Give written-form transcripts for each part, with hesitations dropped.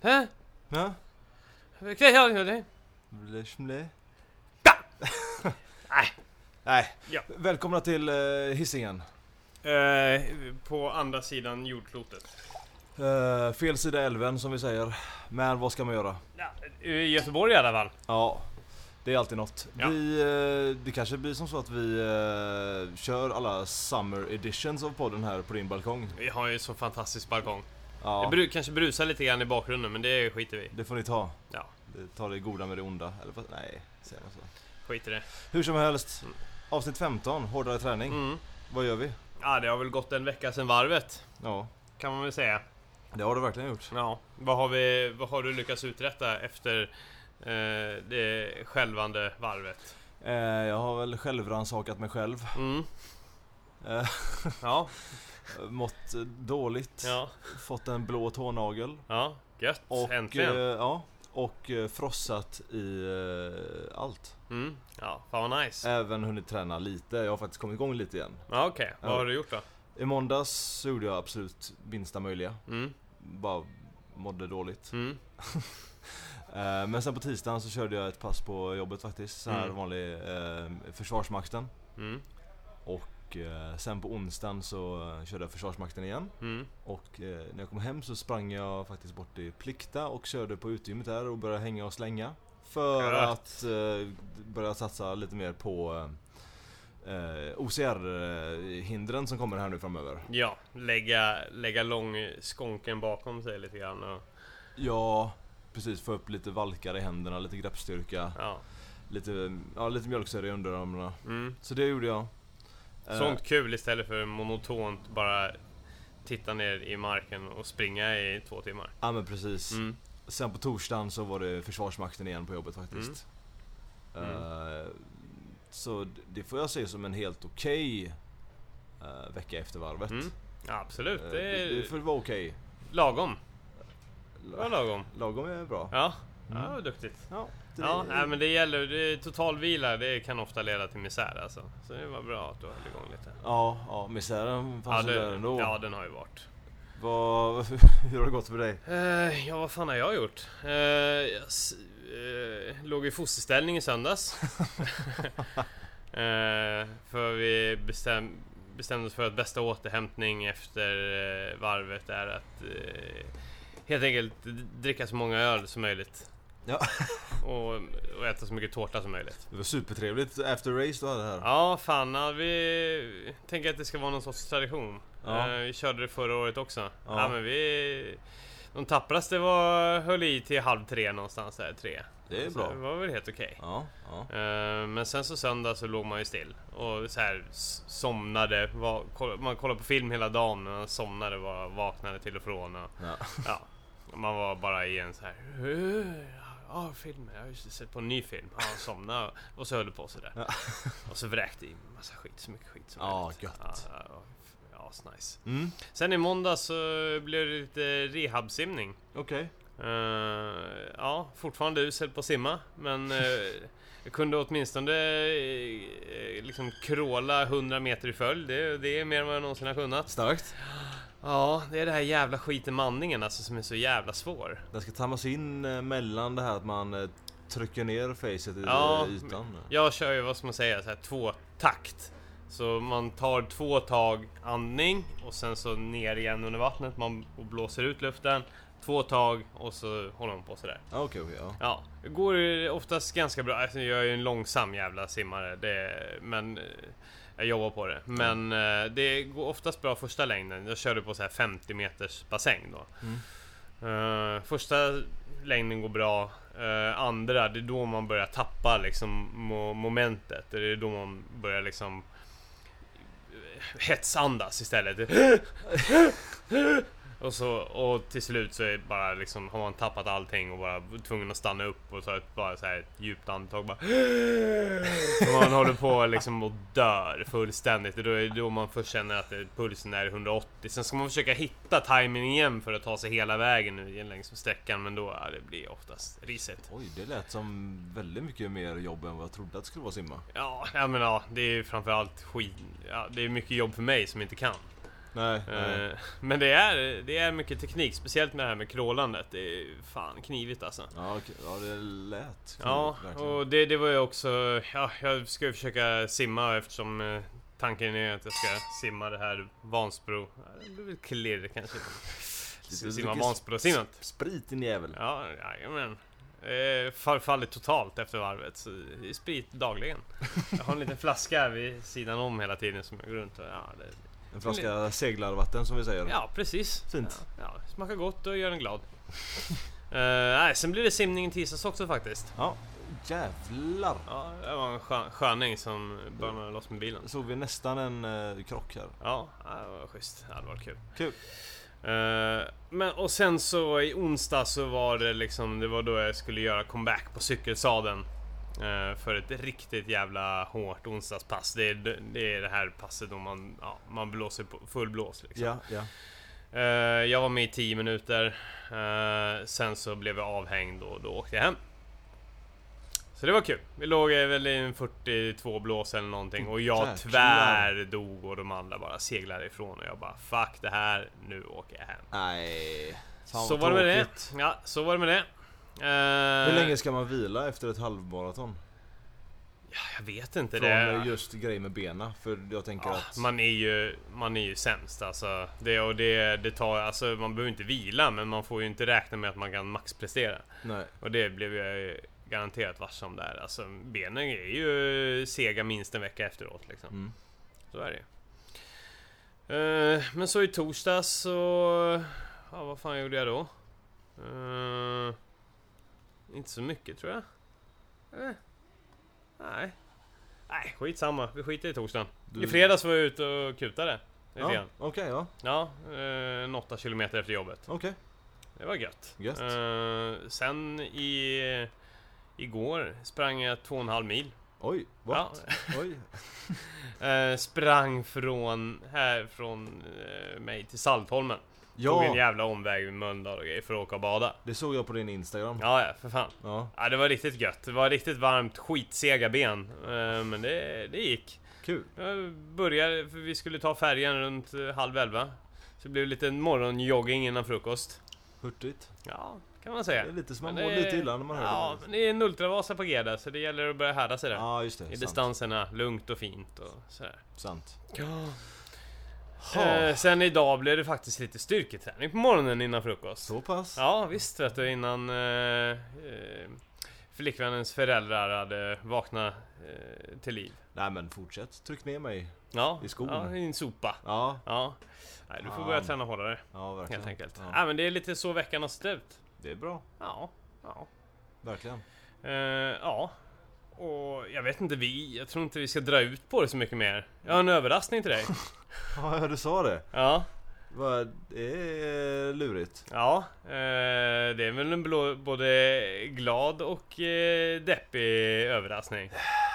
Hä? Ja? Nej. Nej. Ja. Välkomna till Hisingen. På andra sidan jordklotet. Fel sida älven som vi säger. Men vad ska man göra? Ja, i Göteborg i alla fall. Ja, det är alltid något. Ja. Det kanske blir som så att vi kör alla summer editions av podden här på din balkong. Vi har ju så fantastisk balkong. Ja, Det kanske brusar lite grann i bakgrunden, men det skiter vi. det får ni ta. Ja, Ta det goda med det onda. Eller nej, säger man så. skit i det. Hur som helst. Avsnitt 15, hårdare träning. Mm. Vad gör vi? Ja, det har väl gått en vecka sedan varvet, Ja, kan man väl säga. det har det verkligen gjort. Ja, vad har du lyckats uträtta efter det skälvande varvet? Jag har väl självrannsakat mig själv. Mm. Eh, Ja, Mått dåligt. ja, Fått en blå tånagel. ja, gött, Och, äntligen. och frossat i allt. Mm. Ja, fan vad nice. Även hunnit träna lite. Jag har faktiskt kommit igång lite igen. Ja, okej. Vad Ja. har du gjort då? I måndags så gjorde jag absolut minsta möjliga. Mm. Bara mådde dåligt. Mm. Men sen på tisdagen så körde jag ett pass på jobbet faktiskt. Så här Mm. vanlig Försvarsmakten. Mm. Och sen på onsdagen så körde jag Försvarsmakten igen. Mm. Och när jag kom hem så sprang jag faktiskt bort i Plikta och körde på utrymmet där och började hänga och slänga. För Gött. att börja satsa lite mer på OCR-hindren som kommer här nu framöver. Ja, lägga lång skånken bakom sig lite grann och, Ja, precis. Få upp lite valkar i händerna, lite greppstyrka, ja. lite mjölksyra i underarmarna. Mm. Så det gjorde jag. Sånt kul istället för monotont bara titta ner i marken och springa i 2 timmar. Ja, men precis. Mm. Sen på torsdagen så var det Försvarsmakten igen på jobbet faktiskt. Så det får jag se som en helt okej vecka efter varvet. Mm. Ja, absolut. Det får vara okej. Lagom. Vad lagom? Lagom är bra. Ja, ja, vad duktigt. Ja, Ja, nej, men det gäller totalvila, det kan ofta leda till misär alltså. Så det var bra att du höll igång lite. ja, misären fanns där ändå. Ja, den har ju varit. Hur har det gått för dig? Ja, vad fan har jag gjort? Jag låg i fosterställning i söndags. För vi bestämde oss för att bästa återhämtning efter varvet är att helt enkelt dricka så många öl som möjligt. Ja. och äta så mycket tårta som möjligt. Det var supertrevligt efter race du hade här. Ja, fan, ja, vi tänker att det ska vara någon sorts tradition. Ja. Vi körde det förra året också. Ja. Ja, men de tappraste höll i till 2:30 någonstans där, 3. Det är Så bra. det var väl helt okej. Ja. Men sen så söndag så låg man ju still och så här somnade, man kollade på film hela dagen och man somnade, vaknade till och från och, ja, man var bara i en så här film, jag har just sett på en ny film, somnade och så höll det på så där. Ja. Och så vräkte i massa skit, så mycket skit som Ja, möjligt. gött. Ja, nice. Mm. Sen i måndag så blev det lite rehabsimning. Okej. Ja, fortfarande usel på att simma, men jag kunde åtminstone liksom kråla 100 meter i följd. Det är mer än vad jag någonsin har kunnat. Starkt. Ja, det är det här jävla skiten med andningen alltså, som är så jävla svår. Den ska tammas in mellan det här att man trycker ner facet i ytan. Jag kör ju, vad ska man säga, så här 2 takt. Så man tar 2 tag andning och sen så ner igen under vattnet, och blåser ut luften. 2 tag och så håller man på sådär. Okej, ja. Ja, det går oftast ganska bra. Alltså, jag är ju en långsam jävla simmare, men jag jobbar på det. Men det går oftast bra första längden. Jag körde på så här 50 meters bassäng då. Första längden går bra. Andra, det är då man börjar tappa liksom momentet. Det är då man börjar liksom hetsandas istället. Och till slut så är det bara liksom, har man tappat allting och bara tvungen att stanna upp och så bara så här ett djupt andetag bara. Och man håller på liksom och dör fullständigt. Det är då man först känner att pulsen är 180. Sen ska man försöka hitta timingen igen för att ta sig hela vägen längs sträckan, men då det blir oftast risigt. Oj, det lät som väldigt mycket mer jobb än vad jag trodde att det skulle vara simma. Ja, men det är framförallt skit. Ja, det är mycket jobb för mig som inte kan. Nej. Men det är mycket teknik, speciellt med det här med crawlandet. Det är fan knivigt alltså. Ja, okej. Ja, det lät. Ja, verkligen. och det var ju också... Ja, jag ska ju försöka simma eftersom tanken är att jag ska simma det här Vansbro. Det blir väl klirr kanske. Simma Vansbro-simmet. Sprit din jävel. Ja, jajamän. Fallit totalt efter varvet. Så det är sprit dagligen. Jag har en liten flaska vid sidan om hela tiden som jag går runt och... Ja, En flaska seglarvatten som vi säger. ja, precis. Fint. Ja, smakar gott och gör en glad. Nej, sen blir det simning i tisdags också faktiskt. Ja, jävlar. Ja, det var en sköning som började loss med bilen. Såg vi nästan en krock här. Ja, det var schysst. Det hade varit kul. Kul. Men och sen så i onsdag så var det liksom, det var då jag skulle göra comeback på cykelsadeln. För ett riktigt jävla hårt onsdagspass. Det är det här passet då man blåser på full blås liksom. Ja. Jag var med i 10 minuter. Sen så blev jag avhängd och då åkte jag hem. Så det var kul. Vi låg väl i en 42 blås eller någonting. Och jag tvärdog och de andra bara seglade ifrån. Och jag bara, fuck det här, nu åker jag hem. Nej. Så var det med det. Ja, så var det med det. Hur länge ska man vila efter ett halvmaraton? Ja, jag vet inte. Från just grej med bena. För jag tänker att man är ju sämst alltså. Det tar, alltså man behöver inte vila, men man får ju inte räkna med att man kan maxprestera. Nej. Och det blev jag garanterat varsam där. Alltså benen är ju sega minst en vecka efteråt liksom. Så är det. Men så i torsdags så... Ja, vad fan gjorde jag då? Inte så mycket tror jag. Nej, skitsamma. Vi skiter i torsdagen. I fredags var jag ute och kutade. Ja, okej, ja. Ja, 8 kilometer efter jobbet. Okej. Det var gött. Sen igår sprang jag 2,5 mil. Oj, what? Ja. Oj. Sprang från mig till Saltholmen. Tog en jävla omväg med Mölndal och grejer för att åka och bada. Det såg jag på din Instagram. Ja, för fan. Ja, det var riktigt gött. Det var riktigt varmt, skitsega ben. Men det gick. Kul. Jag började, för vi skulle ta färjan runt 10:30. Så det blev lite morgonjogging innan frukost. Hurtigt. Ja, kan man säga. Det är lite som man mår lite illa när man hör det. Ja, men det är en ultravasa på G där, så det gäller att börja härda sig där. Ja, just det. I distanserna, lugnt och fint och sådär. Sant. Sen idag blev det faktiskt lite styrketräning på morgonen innan frukost. Så pass? Ja, visst vet du, innan flickvännens föräldrar hade vaknat till liv. Nej men fortsätt, tryck ner mig i skon. Ja, i en sopa. Ja. Nej, du får börja träna hårdare. Ja, verkligen. Helt enkelt. Ja. Nej, men det är lite så veckan har sett ut. Det är bra. Ja. Verkligen. Ja. Och jag vet inte, jag tror inte vi ska dra ut på det så mycket mer. Jag har en överraskning till dig. Ja, du sa det. Ja. Det är lurigt. Ja, det är väl en både glad och deppig överraskning.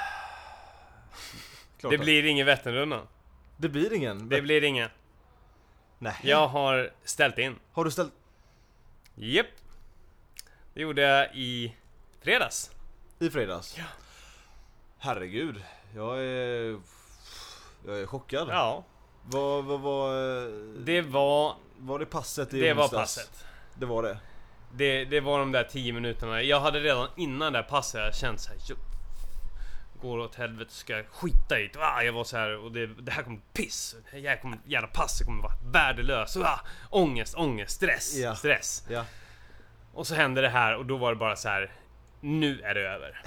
Klart det blir ingen Vätternrundan. Det blir ingen? Det blir ingen. Nej. Jag har ställt in. Har du ställt? Japp. Det gjorde jag i fredags. I fredags? Ja. Herregud. Jag är chockad. Ja. Det var det passet i onsdags? Det var passet. Det var det. Det var de där 10 minuterna. Jag hade redan innan det passet jag känt så här, går åt helvete, ska jag skita i det. Jag var så här, och det här kommer piss. Det här jävla passet kommer vara värdelös. Ångest, stress. Ja. Och så hände det här och då var det bara så här, nu är det över.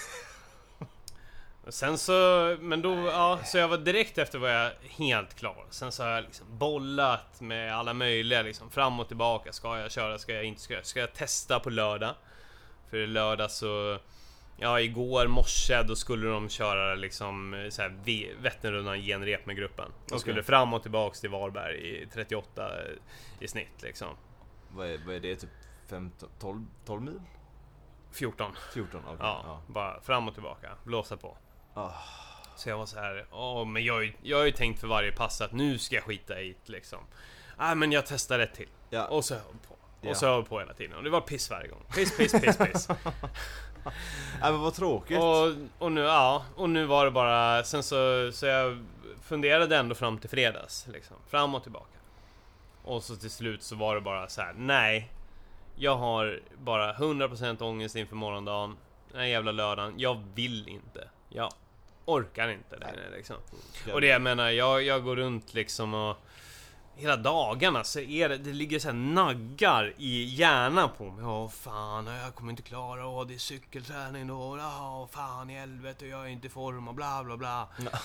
Sen så, men då, så jag var direkt efter var jag helt klar. Sen så har jag liksom bollat med alla möjliga liksom, fram och tillbaka. Ska jag köra, ska jag inte köra? Ska jag testa på lördag? För lördag så, igår morse då skulle de köra liksom så här Vätternrundan genrep med gruppen. De skulle fram och tillbaka till Varberg i 38 i snitt liksom. Vad är det, typ 12 mil? 14, okay. Bara fram och tillbaka, blåsa på. Så jag var så här, men jag har ju tänkt för varje pass att nu ska jag skita i det liksom. Men jag testar ett till. Och så höll på. Och så höll på hela tiden. Och det var piss varje gång. Piss. Nej, men vad tråkigt. Och nu var det bara. Sen så jag funderade ändå fram till fredags liksom, fram och tillbaka. Och så till slut så var det bara så här: nej, jag har bara 100% ångest inför morgondagen. Den här jävla lördagen. Jag vill inte. Jag orkar inte det liksom. Och det jag menar, jag går runt liksom och hela dagarna så är det ligger så här naggar i hjärnan på mig. Åh fan, jag kommer inte klara. Det är cykelträning då. Fan i helvete, jag är inte i form och bla bla bla.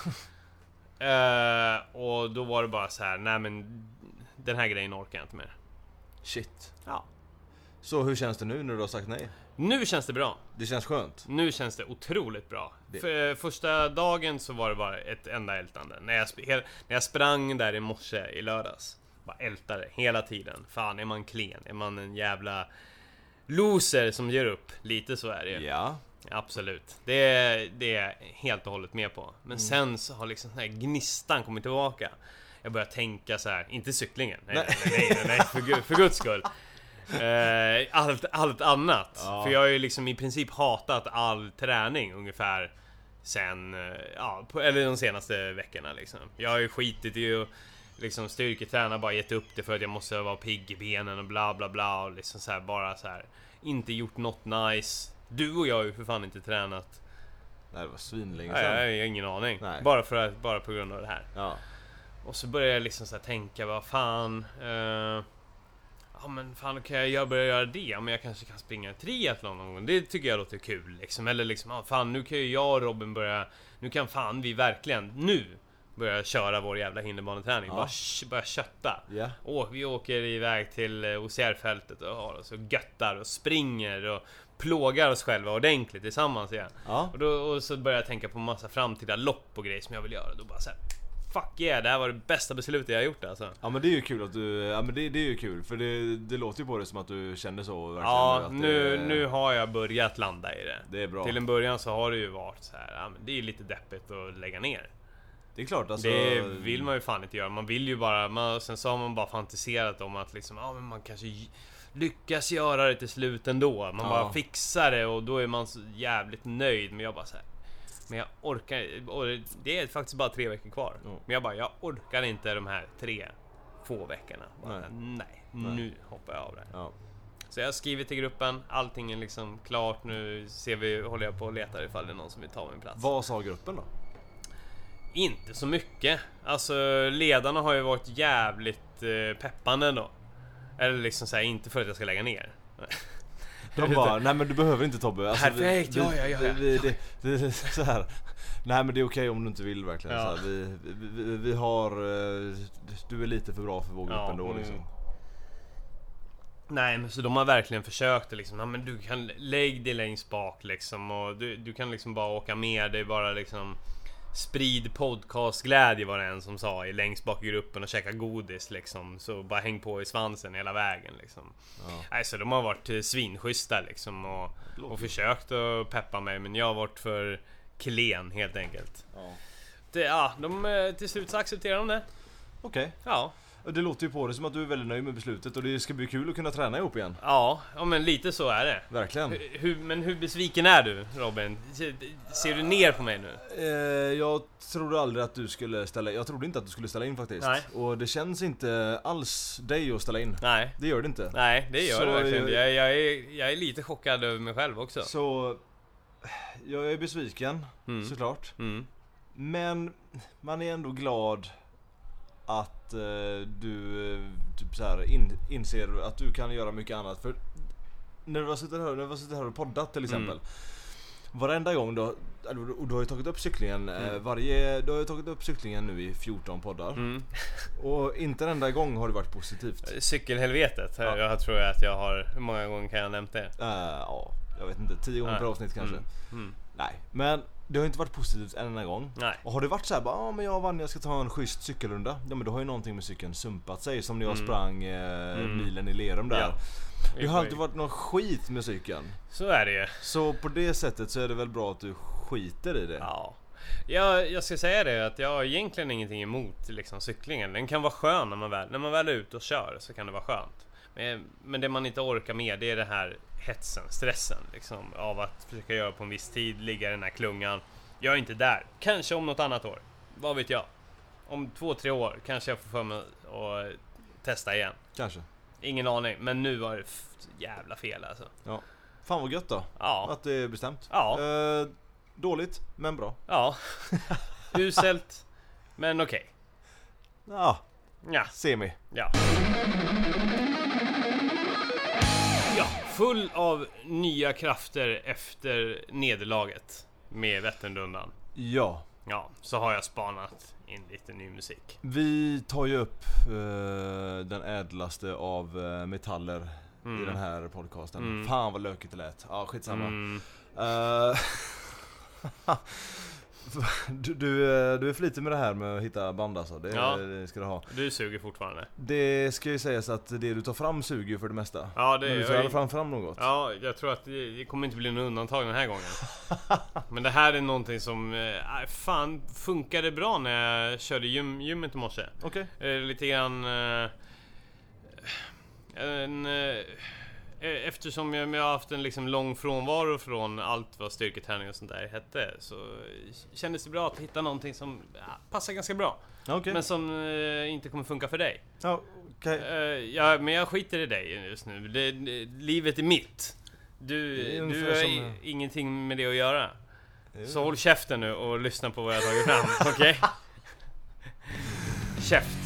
Och då var det bara så här: nej men den här grejen orkar jag inte mer. Shit. Ja. Så hur känns det nu när du har sagt nej? Nu känns det bra. Det känns skönt. Nu känns det otroligt bra. För första dagen så var det bara ett enda ältande. När jag sprang där i morse i lördags, bara ältade hela tiden. Fan, är man klen? Är man en jävla loser som ger upp? Lite så är det ju. Ja. Absolut. Det är jag helt och hållet med på. Men sen så har liksom den här gnistan kommit tillbaka. Jag börjar tänka så här, inte cyklingen. Nej, för guds skull. Allt annat. Ja. För jag har ju liksom i princip hatat all träning ungefär sen, eller de senaste veckorna liksom. Jag har ju skitit i att liksom styrketräna, bara gett upp det för att jag måste vara pigg i benen och bla bla bla, och liksom så här, bara så här, inte gjort något nice. Du och jag har ju för fan inte tränat. Nej, det var svinlänge Nej, sedan. jag har ingen aning. Nej. Bara på grund av det här. Ja. Och så börjar jag liksom så här tänka, vad fan, men fan, kan jag börja göra det? Men jag kanske kan springa triathlon någon gång. Det tycker jag låter kul liksom. Eller liksom, fan, nu kan ju jag och Robin börja. Nu kan fan vi verkligen nu börja köra vår jävla hinderbaneträning. Ja. Bara kötta. Ja. Vi åker iväg till OCR-fältet och har oss och göttar och springer och plågar oss själva ordentligt tillsammans igen. Ja. Och så börjar jag tänka på massa framtida lopp och grejer som jag vill göra. Då bara så här, fuck yeah, det här var det bästa beslutet jag har gjort alltså. Ja, men det är ju kul att du, ja men det är ju kul, för det låter ju på det som att du kände så verkligen. Ja, att nu har jag börjat landa i det. Det är bra. Till en början så har det ju varit så här, ja, men det är lite deppigt att lägga ner. Det är klart alltså. Det vill man ju fan inte göra. Man vill ju bara, sen så har man bara fantiserat om att liksom, men man kanske lyckas göra det till slut ändå. Man bara fixar det och då är man så jävligt nöjd. Men jag bara så här, men jag orkar, och det är faktiskt bara 3 veckor kvar. Men jag orkar inte de här 3 få veckorna. Nej, nu hoppar jag av det. Ja. Så jag har skrivit till gruppen, allting är liksom klart. Nu håller jag på och letar ifall det är någon som vill ta min plats. Vad sa gruppen då? Inte så mycket. Alltså ledarna har ju varit jävligt peppande då. Eller liksom såhär, inte för att jag ska lägga ner. De bara, nej men du behöver inte Tobbe alltså, perfekt, ja. Det så här. Nej men det är okej om du inte vill verkligen så här, vi har du är lite för bra för vår grupp ändå liksom. Nej, men så de har verkligen försökt liksom, men du kan lägga dig längst bak liksom, och du kan liksom bara åka med. Det är bara liksom sprid podcastglädje, var det en som sa, i längst bak i gruppen, och käka godis liksom, så bara häng på i svansen hela vägen liksom. Så de har varit svinschyssta liksom, och försökt att peppa mig, men jag har varit för klen helt enkelt. Till slut så accepterar de det. Okej. Ja. Det låter ju på det som att du är väldigt nöjd med beslutet, och det ska bli kul att kunna träna ihop igen. Ja, men lite så är det. Verkligen. Men hur besviken är du, Robin? Ser du ner på mig nu? Jag trodde aldrig att du skulle jag trodde inte att du skulle ställa in faktiskt. Nej. Och det känns inte alls dig att ställa in. Nej. Det gör det inte. Nej, det gör det verkligen. Jag är lite chockad över mig själv också. Så jag är besviken, såklart. Men man är ändå glad att du typ så här inser att du kan göra mycket annat. För när du har suttit här och poddat till exempel, varenda gång du har ju tagit upp cyklingen du har ju tagit upp cyklingen nu i 14 poddar. Och inte en enda gång har det varit positivt. Cykelhelvetet. Jag tror att jag har, hur många gånger kan jag nämnt det? Jag vet inte, 10 gånger per avsnitt kanske. Nej, men det har inte varit positivt en enda gång. Nej. Och har det varit så här, bara, men jag vann, jag ska ta en schysst cykelrunda. Ja, men då har ju någonting med cykeln sumpat sig, som när jag sprang milen i Lerum där. Det har alltid varit någon skit med cykeln. Så är det ju. Så på det sättet så är det väl bra att du skiter i det. Ja. Jag ska säga det, att jag har egentligen ingenting emot liksom cyklingen. Den kan vara skön när man väl är ute och kör, så kan det vara skönt. Men det man inte orkar med, det är det här hetsen, stressen liksom, av att försöka göra på en viss tid, ligga i den här klungan. Jag är inte där. Kanske om något annat år. Vad vet jag? Om 2-3 år kanske jag får för mig att testa igen. Kanske. Ingen aning, men nu var det jävla fel alltså. Ja. Fan vad gött då. Ja. Att det är bestämt. Ja. Dåligt, men bra. Ja. Uselt, men okej. Ja. Ja. Semi. Ja. Ja, full av nya krafter efter nederlaget med Vätternrundan. Ja. Ja, så har jag spanat in lite ny musik. Vi tar ju upp den ädlaste av metaller i den här podcasten. Fan vad lökigt det lät. Ja, skitsamma. Du är flitig med det här med att hitta band alltså. Det ska du ha. Du suger fortfarande. Det ska ju sägas att det du tar fram suger ju för det mesta. Ja, det men du tar i alla fall fram något. Ja, jag tror att det kommer inte bli någon undantag den här gången. Men det här är någonting som fan funkade bra när jag körde gymmet i morse. Okej. Lite grann eftersom jag har haft en liksom lång frånvaro från allt vad styrketräning och sånt där hette, så kändes det bra att hitta någonting som passar ganska bra. Okay. Men som inte kommer funka för dig. Okay. Men jag skiter i dig just nu. Livet är mitt. Du har ingenting med det att göra. Så håll käften nu och lyssna på vad jag har tagit fram. Okej? Käft.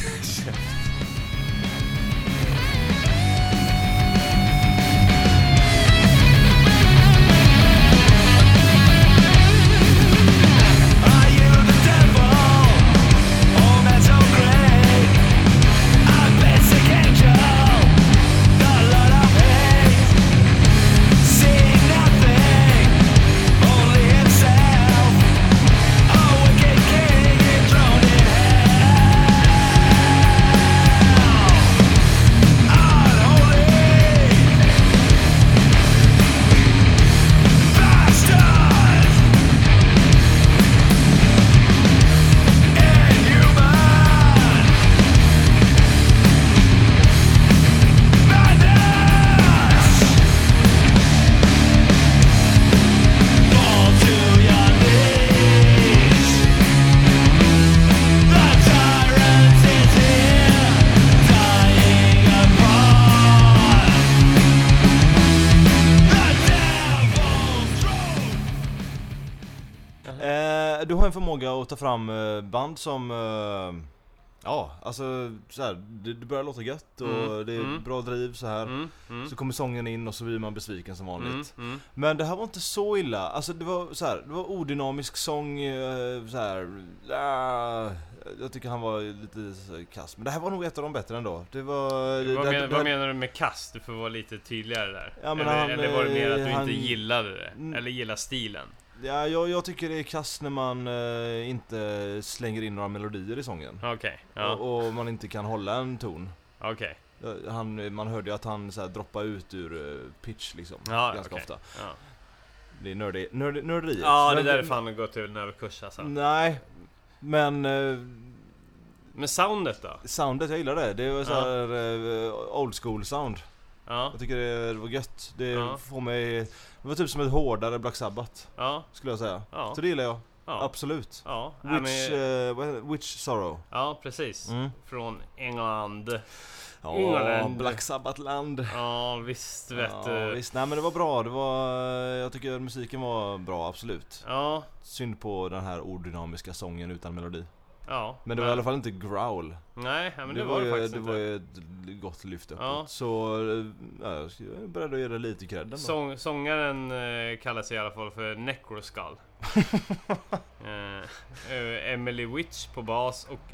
Du har en förmåga att ta fram band som alltså så här, det börjar låta gött och det är bra driv så här. Så kommer sången in och så blir man besviken som vanligt. Men det här var inte så illa. Alltså det var så här, det var odynamisk sång så här. Jag tycker han var lite kass, men det här var nog ett av de bättre ändå. Det var vad menar du med kass? Du får vara lite tydligare där. Ja, men eller var det mer att du inte gillade det? Eller gillar stilen? Ja, jag tycker det är kass när man inte slänger in några melodier i sången. Okej. Ja. Och man inte kan hålla en ton. Okej. Man hörde ju att han så här droppade ut ur pitch liksom, ganska ofta. Ja. Det är nörderiet. Ja, det där är fan att gå till en överkurs alltså. Nej, men soundet då? Soundet, jag gillar det. Det var så här old school sound. Ja. Jag tycker det var gött. Det får mig, det var typ som ett hårdare Black Sabbath. Ja. Skulle jag säga. Ja. Så det gillar jag. Ja. Absolut. Ja. Witch Sorrow. Ja, precis. Från England. Ja, Black Sabbath-land. Ja, visst vet du. Visst. Nej, men det var bra. Jag tycker musiken var bra, absolut. Ja. Synd på den här orddynamiska sången utan melodi. Ja. Men det var i alla fall inte growl. Nej, men det var faktiskt det inte. var ju ett gott lyft uppåt. Ja. Så jag är beredd att ge det lite cred. Sångaren kallar sig i alla fall för Necroskull. Emily Witch på bas och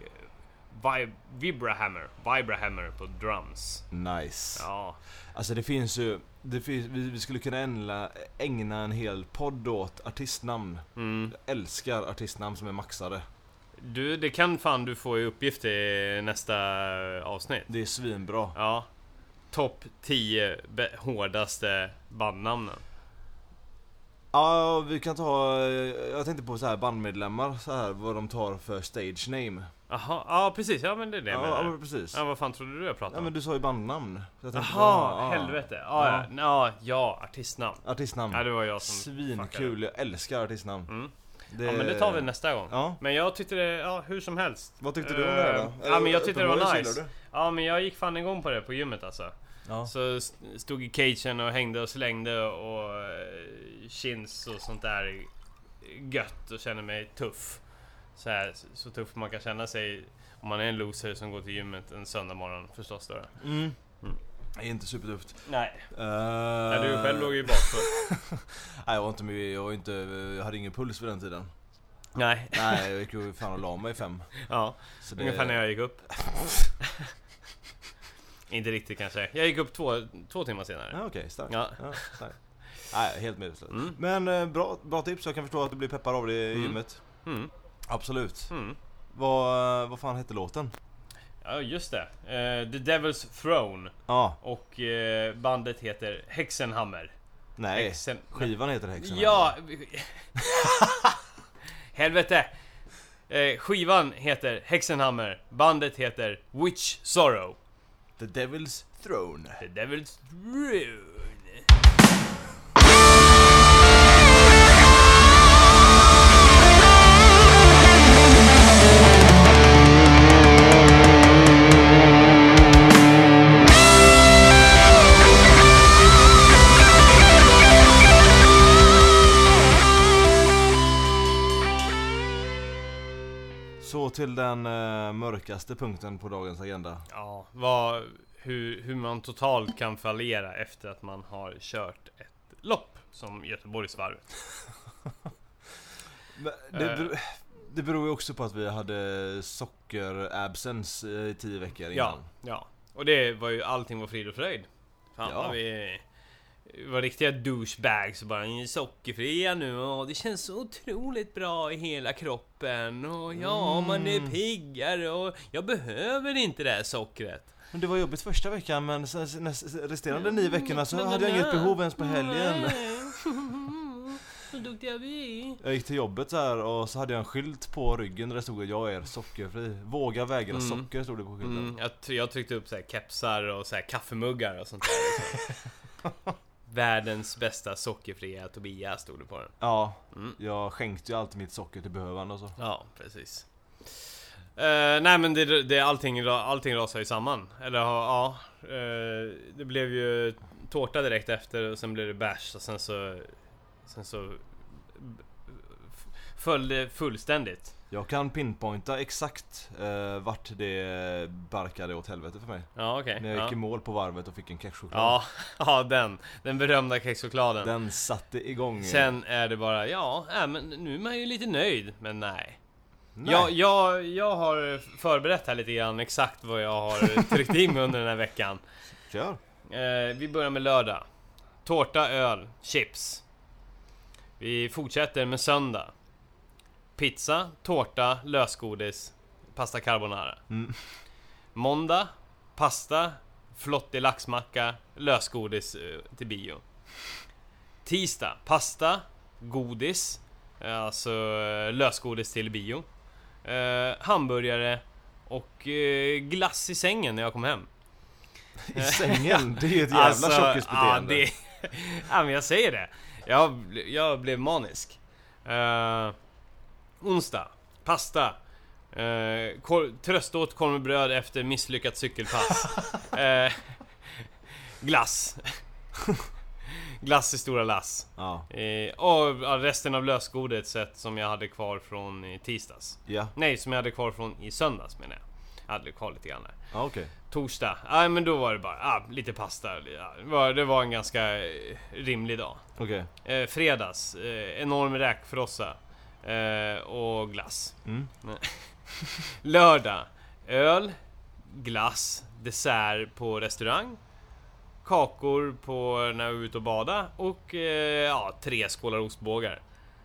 Vibrahammer på drums. Nice. Ja. Alltså det finns ju vi skulle kunna ägna en hel podd åt artistnamn. Jag älskar artistnamn som är maxade. Det kan fan du få i uppgift i nästa avsnitt. Det är svinbra. Ja. Topp 10 hårdaste bandnamnen. Ja, vi kan ta... Jag tänkte på så här bandmedlemmar, så här vad de tar för stage name. Jaha, ja precis, ja men det är det jag menar. Ja, precis. Ja, vad fan trodde du jag pratade Ja, om? men du sa ju bandnamn. Jaha, helvete. Ja, artistnamn. Artistnamn. Ja, det var jag som Svinkul, jag älskar artistnamn. Ja, men det tar vi nästa gång. Ja. Men jag tyckte det, hur som helst. Vad tyckte du om det här då? Ja, men jag tyckte det var uppenbarligen nice. gillar Ja, men jag gick fan igång på det på gymmet alltså. Ja. Så stod i cagen och hängde och slängde och chins och sånt där gött och kände mig tuff. Så tuff man kan känna sig om man är en loser som går till gymmet en söndag morgon förstås då. Det är inte supertufft. Nej. Nej, du själv låg ju bakfull. Nej, jag var inte med, jag hade ingen puls vid den tiden. Nej. Nej, jag gick ju fan och la mig 5. Ja, så ungefär när jag gick upp. Inte riktigt kanske. Jag gick upp 2 timmar senare. Ja, okej, starkt. Ja. Ja, starkt. Nej, helt medvetslös. Men bra tips, jag kan förstå att du blir peppad av det i gymmet. Absolut. Vad fan hette låten? Ja, just det. The Devil's Throne. Ja. Och bandet heter Hexenhammer. Nej, skivan heter Hexenhammer. Ja. Helvete. Skivan heter Hexenhammer. Bandet heter Witch Sorrow. The Devil's Throne. The Devil's Throne. Så till den mörkaste punkten på dagens agenda. Ja, hur man totalt kan fallera efter att man har kört ett lopp som Göteborgsvarvet. Det beror ju också på att vi hade socker-absence i 10 veckor innan. Ja. Och det var ju, allting var frid och fröjd. Fan, Ja. vi var riktiga douchebags och bara sockerfria nu och det känns så otroligt bra i hela kroppen och man är piggare och jag behöver inte det här sockret. Men det var jobbigt första veckan, men resterande 9 veckorna så hade jag inget behov ens på helgen. Så duktiga vi. Jag gick till jobbet så här och så hade jag en skylt på ryggen där det stod att jag är sockerfri. Våga vägra socker, stod det på skylten. Jag tryckte upp så här kepsar och så här kaffemuggar och sånt där. Världens bästa sockerfria Tobias stod det på den. Ja, jag skänkte ju alltid mitt socker till behövande och så. Ja, precis. Nej men allting rasar ju samman. Eller det blev ju tårta direkt efter och sen blev det bärs och sen så föll det fullständigt. Jag kan pinpointa exakt vart det barkade åt helvete för mig. Ja, okej. När jag gick i mål på varvet och fick en kexchoklad. Ja, den berömda kexchokladen. Den satte igång. Sen är det bara, men nu är man ju lite nöjd, men nej. Jag har förberett här lite grann exakt vad jag har tryckt in mig under den här veckan. Kör. Vi börjar med lördag. Tårta, öl, chips. Vi fortsätter med söndag. Pizza, tårta, lösgodis, pasta carbonara. Måndag, pasta, flottig laxmacka, lösgodis till bio. Tisdag, pasta, godis, alltså lösgodis till bio. Hamburgare och glass i sängen när jag kom hem. I sängen? Det är ett jävla tjockisbeteende. Ja, men jag säger det. Jag blev manisk. Onsdag, pasta, tröståt korv med bröd efter misslyckat cykelpass. Glass. Glass i stora lass. Ja. Och resten av lösgodiset som jag hade kvar från i tisdags. Ja. Nej, som jag hade kvar från i söndags menar jag. Jag hade kvar lite grann där. Ja, okej. Torsdag, men då var det bara lite pasta. Det var en ganska rimlig dag. Okej. Fredags, enorm räkfrossa och glass. Lördag, öl, glass, dessert på restaurang, kakor på när vi var ute och bada och 3 skålar ostbågar.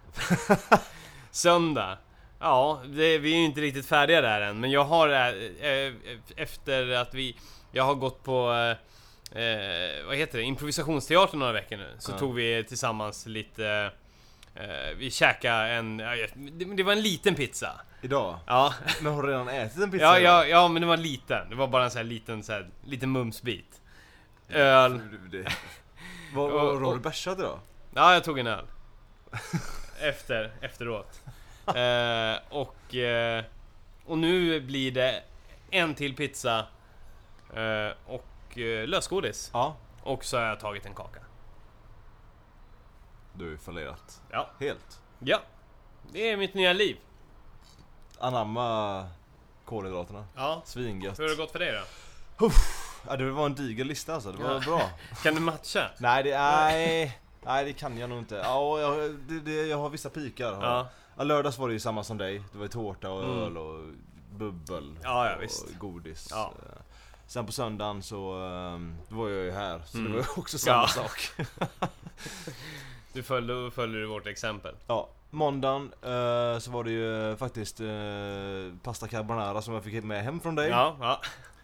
Söndag, vi är ju inte riktigt färdiga där än, men jag har efter att jag har gått på vad heter det, improvisationsteater några veckor nu, så tog vi tillsammans lite Vi käkade det var en liten pizza. Idag? Ja. Men har du redan ätit en pizza? Ja, men det var liten. Det var bara en sån här liten mumsbit. Öl. Vad har du bärsat idag? Ja, jag tog en öl. Efteråt. Och nu blir det en till pizza och lösgodis. Ja. Och så har jag tagit en kaka. Du är fallerat. Ja. Helt. Ja. Det är mitt nya liv. Anamma kolhydraterna. Ja. Svingött. Hur har det gått för dig då? Ja, det var en diger lista alltså. Det var bra. Kan du matcha? Nej, det kan jag nog inte. Ja, jag har vissa pikar. Ja. Ja, lördags var det ju samma som dig. Det var ju tårta och öl och bubbel Ja, och visst. godis. Ja. Sen på söndagen så då var jag ju här. Så det var ju också samma sak. Du följer vårt exempel. Ja, måndagen så var det ju faktiskt pasta carbonara som jag fick med hem från dig. Ja.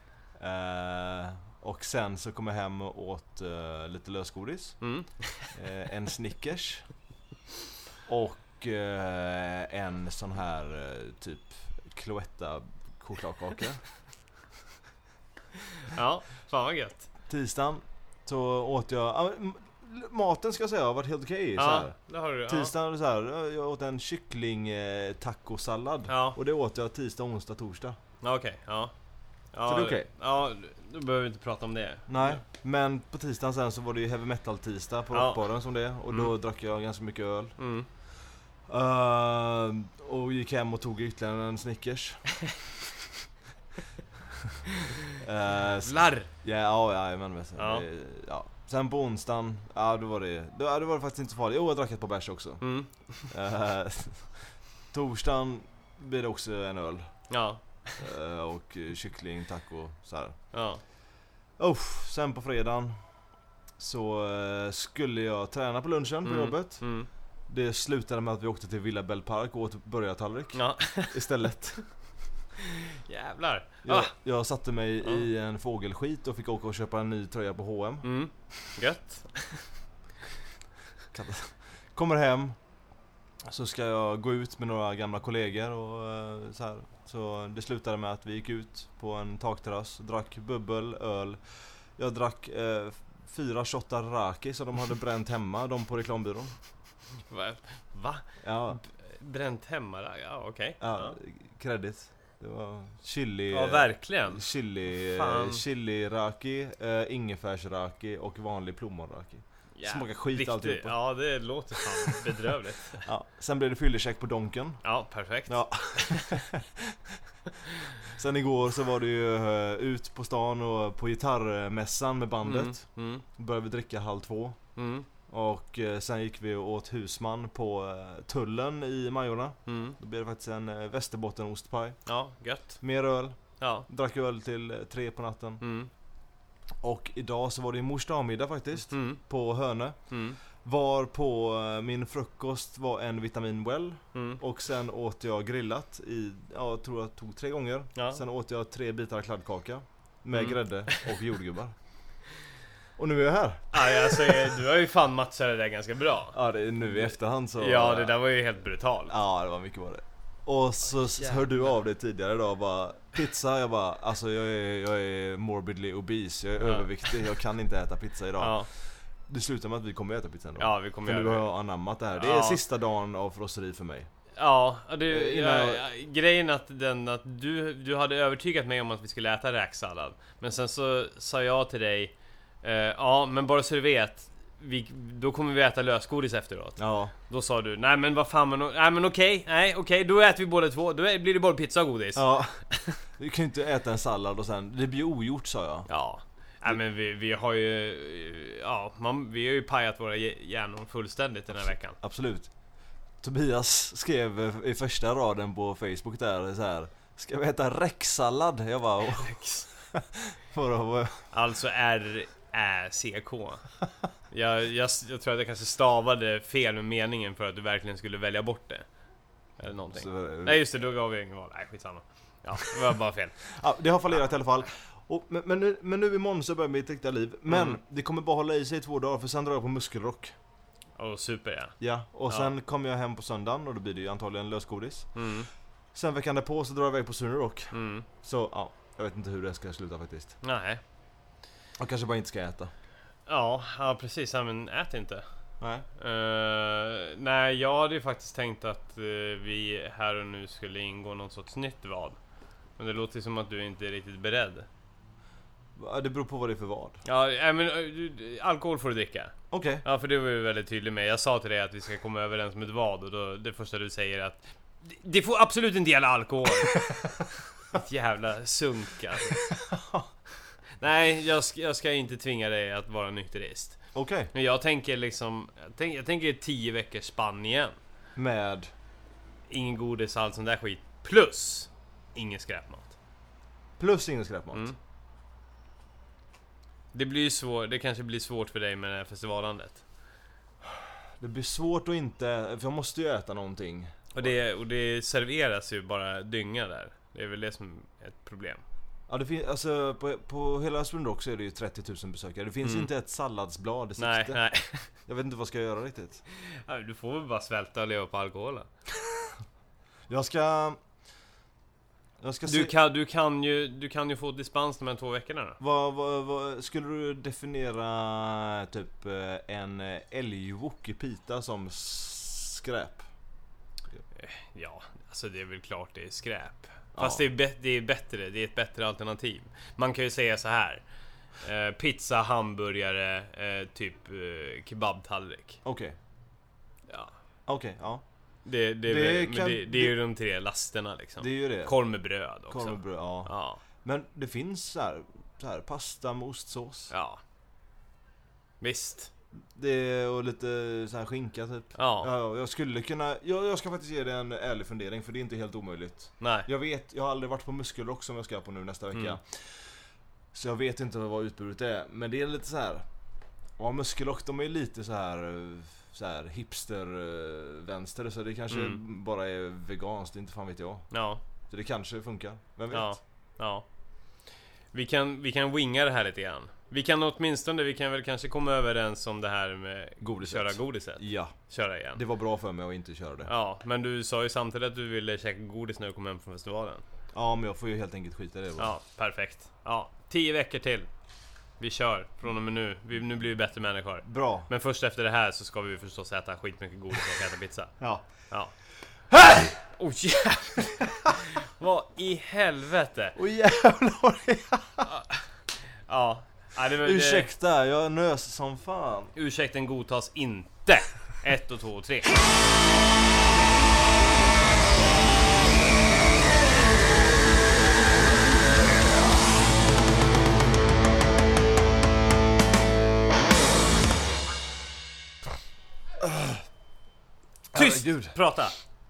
Och sen så kom jag hem och åt lite lösgodis. En Snickers. Och en sån här typ Cloetta chokladkaka. Ja, fan vad gött. Tisdagen så åt jag maten ska jag säga har varit helt okej. Ja, det har du. Tisdagen så här, jag åt en kyckling tacosallad. Ja. Och det åt jag tisdag, onsdag, torsdag. Okej, ja. Så det är okej. Ja, då behöver vi inte prata om det. Nej, men på tisdagen sen så var det ju heavy metal tisdag på rockbaren som det. Och då drack jag ganska mycket öl. Och gick hem och tog ytterligare en Snickers. Larr! Ja, men ja. Sen på onsdagen, då var det faktiskt inte så farligt. Jag drack ett par bärs också. Torsdagen blir det också en öl. Ja. Och kyckling, taco, så här. Ja. Sen på fredagen så skulle jag träna på lunchen på jobbet. Det slutade med att vi åkte till Villa Bell Park och åt burgartallrik istället. Jävlar. Jag satte mig i en fågelskit och fick åka och köpa en ny tröja på H&M. Gött. Kommer hem, så ska jag gå ut med några gamla kollegor och så här. Så det slutade med att vi gick ut på en takterrass, drack bubbel, öl. Jag drack 4 shottar raki som de hade bränt hemma, de på reklambyrån. Va? Ja. Bränt hemma? Ja, okej. Ja, kredit. Det var chili. Ja, verkligen. Chili raki, ingefärsraki och vanlig plommonraki. Smakar skit alltihopa. Ja, det låter fan bedrövligt. Ja, sen blev det fyllecheck på Donken. Ja, perfekt. Ja. Sen igår så var det ju ut på stan och på gitarrmässan med bandet. Började vi dricka 1:30. Och sen gick vi och åt husman på Tullen i Majorna. Då blev det faktiskt en Västerbottenostpaj. Ja, gött. Mer öl. Ja. Drack öl till 3 på natten. Och idag så var det mors dagmiddag faktiskt på Hönö. Var på min frukost var en vitamin well. Och sen åt jag grillat jag tror jag tog 3 gånger. Sen åt jag 3 bitar kladdkaka med grädde och jordgubbar. Och nu är jag här. Ja, alltså, du har ju fan matchat det där ganska bra. Ja, det är nu i efterhand så. Ja, det där var ju helt brutalt. Ja, det var mycket var det. Och så hör du av dig tidigare idag bara pizza, jag bara alltså jag är morbidly obese, jag är överviktig, jag kan inte äta pizza idag. Ja. Det slutar med att vi kommer äta pizza ändå. Ja, vi kommer göra det. Nu har jag anammat det här. Det är sista dagen av frosseri för mig. Ja, grejen att du hade övertygat mig om att vi skulle äta räksallad. Men sen så sa jag till dig men bara så du vet, då kommer vi äta lösgodis efteråt. Ja. Då sa du, nej men vad fan, okej, då äter vi båda två. Då blir det både pizza och godis. Ja. Vi kan ju inte äta en sallad och sen, det blir ogjort, sa jag. Ja. Nej, men vi har ju vi har ju pajat våra hjärnor fullständigt den här veckan. Absolut. Tobias skrev i första raden på Facebook där så här: ska vi äta räcksallad? Jag bara alltså RÄCK. Jag tror att jag kanske stavade fel med meningen för att du verkligen skulle välja bort det. Eller någonting. Nej just det, då gav vi ingen val. Nej, skitsamma. Ja, det var bara fel. Ja, det har fallerat i alla fall. Men nu imorgon så börjar mitt riktiga liv. Men det kommer bara hålla i sig i 2 dagar, för sen drar jag på muskelrock. Och super ja. Ja, och sen kommer jag hem på söndagen och då blir det ju antagligen lösgodis. Mm. Sen veckan därpå så drar jag iväg på Sweden Rock. Mm. Så ja, jag vet inte hur det ska sluta faktiskt. Nej. Jag kanske bara inte ska äta. Ja precis. Ja, men ät inte. Nej. Nej, jag hade ju faktiskt tänkt att vi här och nu skulle ingå någon sorts nytt vad. Men det låter som att du inte är riktigt beredd. Det beror på vad det är för vad. Ja, men alkohol får du dricka. Okej. Ja, för det var ju väldigt tydlig med. Jag sa till dig att vi ska komma överens om ett vad. Och då, det första du säger är att det får absolut inte gälla alkohol. Ett jävla sunk alltså. Nej, jag ska inte tvinga dig att vara nykterist. Okej. Men jag tänker liksom jag tänker 10 veckors Spanien. Med Ingen godis, allt sån där skit. Plus ingen skräpmat. plus ingen skräpmat. Mm. Det blir ju svårt. Det kanske blir svårt för dig med det här festivalandet. Det blir svårt att inte, för jag måste ju äta någonting. Och det serveras ju bara dynga där. Det är väl det som är ett problem. Ja, det finns, alltså på hela Sweden Rock så är det ju 30 000 besökare. Det finns inte ett salladsblad i sikte. Nej. Jag vet inte vad ska jag göra riktigt. Ja, du får väl bara svälta och leva på alkohol. Jag ska Du kan ju få dispens de här 2 veckorna då. Vad skulle du definiera typ en älgwok i pita som skräp? Ja, alltså det är väl klart det är skräp. Ja. Fast det är bättre, det är ett bättre alternativ. Man kan ju säga så här. Pizza, hamburgare, typ kebabtallrik. Okej. Ja. Okej, ja. Det är ju de 3 lasterna liksom. Det är ju det. Korv med bröd också. Korv med bröd, ja. Ja. Men det finns så här pasta med ostsås. Ja. Visst. Det är, och lite så här skinka typ. Ja. Jag skulle kunna, jag ska faktiskt ge det en ärlig fundering, för det är inte helt omöjligt. Nej. Jag har aldrig varit på Muskelrock som jag ska på nu nästa vecka. Så jag vet inte vad utbudet är, men det är lite så här. Ja, Muskelrock, de är lite så här hipster vänster, så det kanske bara är veganskt, inte fan vet jag. Ja. Så det kanske funkar. Vem vet? Ja. Vi kan winga det här lite grann. Vi kan väl kanske komma överens om det här med köra godiset. Ja. Köra igen. Det var bra för mig att inte köra det. Ja, men du sa ju samtidigt att du ville käka godis när du kom hem från festivalen. Ja, men jag får ju helt enkelt skita i det. Ja, perfekt. Ja, 10 veckor till. Vi kör från och med nu. Nu blir vi bättre människor. Bra. Men först efter det här så ska vi förstås äta skitmycket godis och äta pizza. Ja. Oh jävlar. Vad i helvete. Jävlar. Ja. Ursäkta, jag nös som fan. Ursäkten godtas inte. 1 och 2 och 3. Tyst! Prata!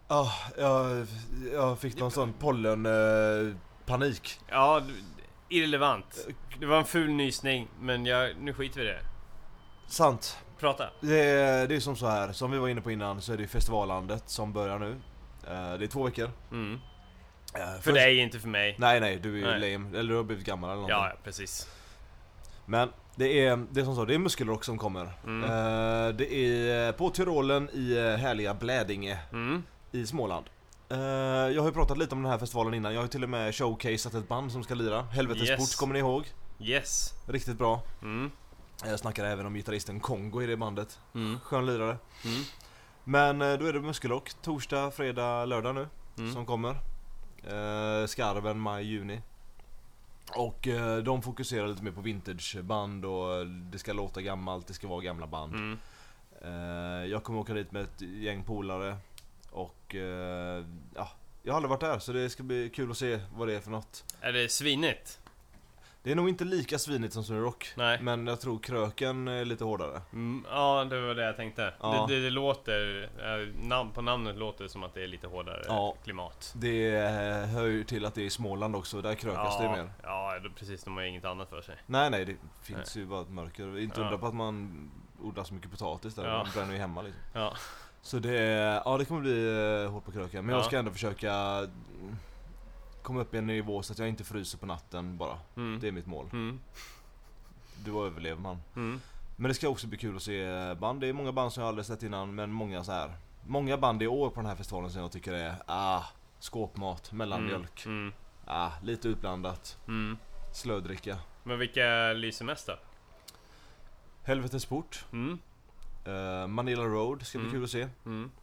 Jag fick någon sån panik. Ja, irrelevant. Det var en ful nysning, men nu skiter vi i det. Sant. Prata. Det är som så här, som vi var inne på innan, så är det festivallandet som börjar nu. Det är 2 veckor. För dig, inte för mig. Nej, du är ju lame. Eller du har blivit gammal eller någonting. Ja, precis. Men det är som så, det är Muskelrock som kommer. Det är på Tyrolen i härliga Blädinge i Småland. Jag har ju pratat lite om den här festivalen innan. Jag har ju till och med showcaseat ett band som ska lira. Helvetesport, kommer ni ihåg? Yes. Riktigt bra. Jag snackar även om gitarristen Kongo i det bandet. Skön lirare. Men då är det Muskelrock torsdag, fredag, lördag nu som kommer. Skarven, maj, juni. Och de fokuserar lite mer på vintageband och det ska låta gammalt, det ska vara gamla band. Jag kommer åka dit med ett gäng polare och jag har aldrig varit där, så det ska bli kul att se vad det är för något. Är det svinigt? Det är nog inte lika svinigt som Sweden Rock. Nej. Men jag tror kröken är lite hårdare. Ja, det var det jag tänkte. Ja. Det låter, på namnet låter det som att det är lite hårdare klimat. Det hör ju till att det är i Småland också, där krökas det mer. Ja, precis, de har inget annat för sig. Nej, det finns ju bara ett mörker. Inte undra på att man odlar så mycket potatis där, man bränner ju hemma liksom. Ja. Så det kommer bli hårt på kröken. Men jag ska ändå försöka komma upp i en nivå så att jag inte fryser på natten bara. Det är mitt mål. Du överlever man. Men det ska också bli kul att se band. Det är många band som jag aldrig sett innan, men många band i år på den här festivalen som jag tycker är skåpmat, mellanmjölk. Lite utblandat. Slödricka. Men vilka lyser mest då? Helvetes port. Manila Road ska bli kul att se.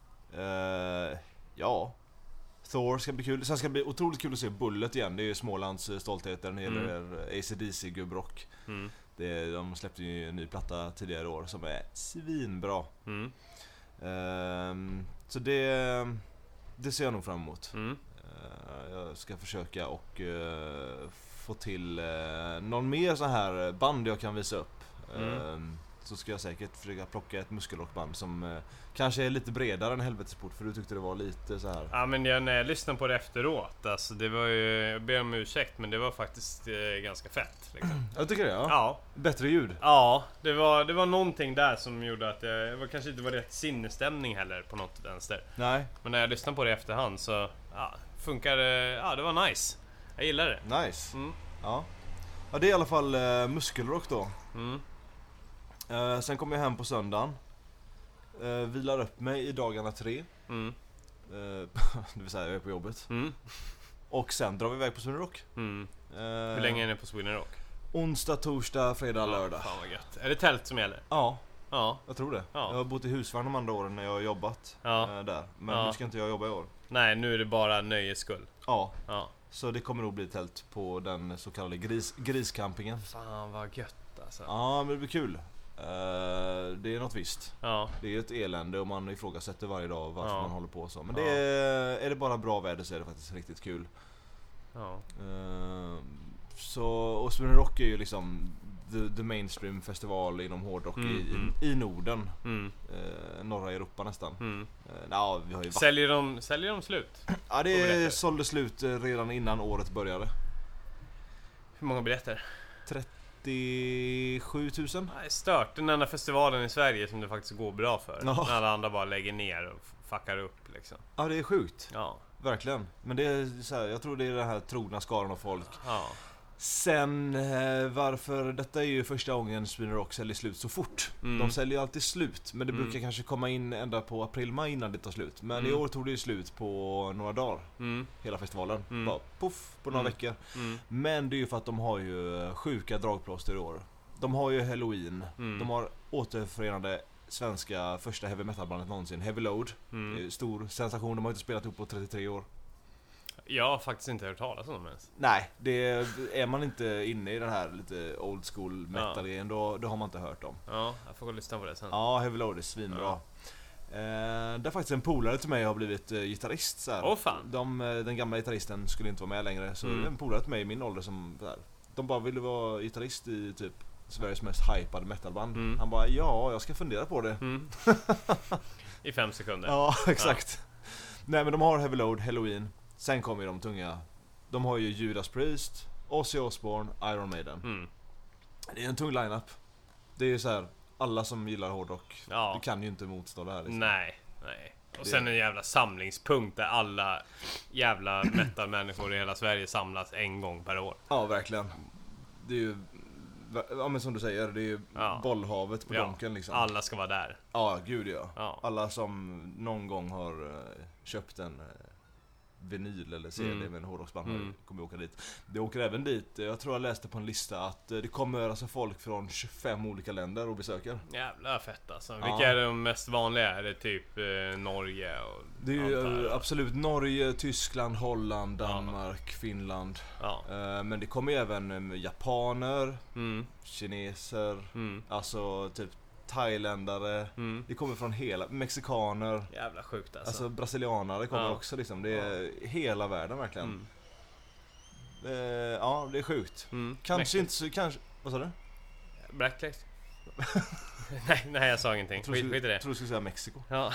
Thor ska bli kul. Sen ska det bli otroligt kul att se Bullet igen. Det är ju Smålands stoltheter när det gäller AC/DC gubbrock. De släppte ju en ny platta tidigare i år som är svinbra. Så det ser jag nog fram emot. Jag ska försöka och få till någon mer så här band jag kan visa upp. Så ska jag säkert försöka plocka ett muskelrockband som kanske är lite bredare än Helvetesport, för du tyckte det var lite så här. Ja, men när jag lyssnade på det efteråt, alltså det var ju, jag ber om ursäkt, men det var faktiskt ganska fett liksom. Jag tycker det, ja. Bättre ljud. Ja, det var någonting där som gjorde att det kanske inte var rätt sinnesstämning heller på något vänster. Nej. Men när jag lyssnade på det i efterhand så funkar det, det var nice. Jag gillar det. Nice. Ja, det är i alla fall muskelrock då. Sen kommer jag hem på söndagen. Vilar upp mig i dagarna 3. Det vill säga jag är på jobbet. Och sen drar vi iväg på Sweden Rock. Hur länge är ni på Sweden Rock? Onsdag, torsdag, fredag, lördag. Fan vad gött. Är det tält som gäller? Ja, jag tror det. Ja. Jag har bott i husvagn de andra åren när jag har jobbat där. Men nu ska inte jag jobba i år. Nej, nu är det bara nöjes skull. Ja. Så det kommer nog bli tält på den så kallade griscampingen. Fan vad gött alltså. Ja, men det blir kul. Det är något visst. Ja. Det är ett elände och man ifrågasätter varje dag varför man håller på så. Men är det bara bra väder så är det faktiskt riktigt kul. Så, och Sweden Rock är ju liksom the mainstream festival inom hårdrock i Norden. Norra Europa nästan. Vi har ju Säljer de slut? Ja, det sålde slut redan innan året började. Hur många biljetter? 37 000. Nej, stört. Den enda festivalen i Sverige som det faktiskt går bra för. När alla andra bara lägger ner och fuckar upp liksom. Ja, det är sjukt. Ja. Verkligen. Men det är så här, jag tror det är den här trogna skaran av folk. Ja. Sen varför, detta är ju första gången Sweden Rock säljer slut så fort. De säljer alltid slut, men det brukar kanske komma in ända på april-maj innan det tar slut. Men i år tog det ju slut på några dagar. Hela festivalen. Bara puff på några veckor. Men det är ju för att de har ju sjuka dragplåster i år. De har ju Halloween. De har återförenade svenska första heavy metal-bandet någonsin, Heavy Load. Det är stor sensation, de har inte spelat upp på 33 år. Jag har faktiskt inte hört talas om dem ens. Nej, det är man inte inne i den här lite old school metal-grejen, då har man inte hört dem. Ja, jag får gå och lyssna på det sen. Ja, Heavy Load är svinbra. Där faktiskt en polare till mig har blivit gitarrist så här. Fan. Den gamla gitarristen skulle inte vara med längre, så en polare till mig i min ålder som så här, de bara ville vara gitarrist i typ Sveriges mest hypade metalband. Han bara, jag ska fundera på det. I 5 sekunder. Ja, exakt. Nej, men de har Heavy Load, Halloween. Sen kommer de tunga. De har ju Judas Priest, Ozzy Osbourne, Iron Maiden. Det är en tung lineup. Det är ju så här, alla som gillar hårdrock, du kan ju inte motstå det här liksom. Nej. Och sen en jävla samlingspunkt där alla jävla metal-människor i hela Sverige samlas en gång per år. Ja, verkligen. Det är ju, men som du säger, det är ju bollhavet på Donken liksom. Alla ska vara där. Ja, gud ja. Alla som någon gång har köpt en vinyl eller CD med en hårdrocksband kommer åka dit. Det åker även dit, jag tror jag läste på en lista att det kommer alltså folk från 25 olika länder och besöker. Jävla fett alltså. Vilka är de mest vanliga? Är det typ Norge och det är ju absolut Norge, Tyskland, Holland, Danmark, Finland. Men det kommer ju även japaner, kineser, alltså typ thailändare. Det kommer från hela mexikaner. Jävla sjukt alltså. Alltså brasilianare kommer också liksom. Det är hela världen verkligen. Ja, det är sjukt. Kanske mäktigt. inte så kanske. Vad sa du? Blacklight. nej, jag sa ingenting. Skit i det. Jag tror du skulle säga Mexiko. Ja.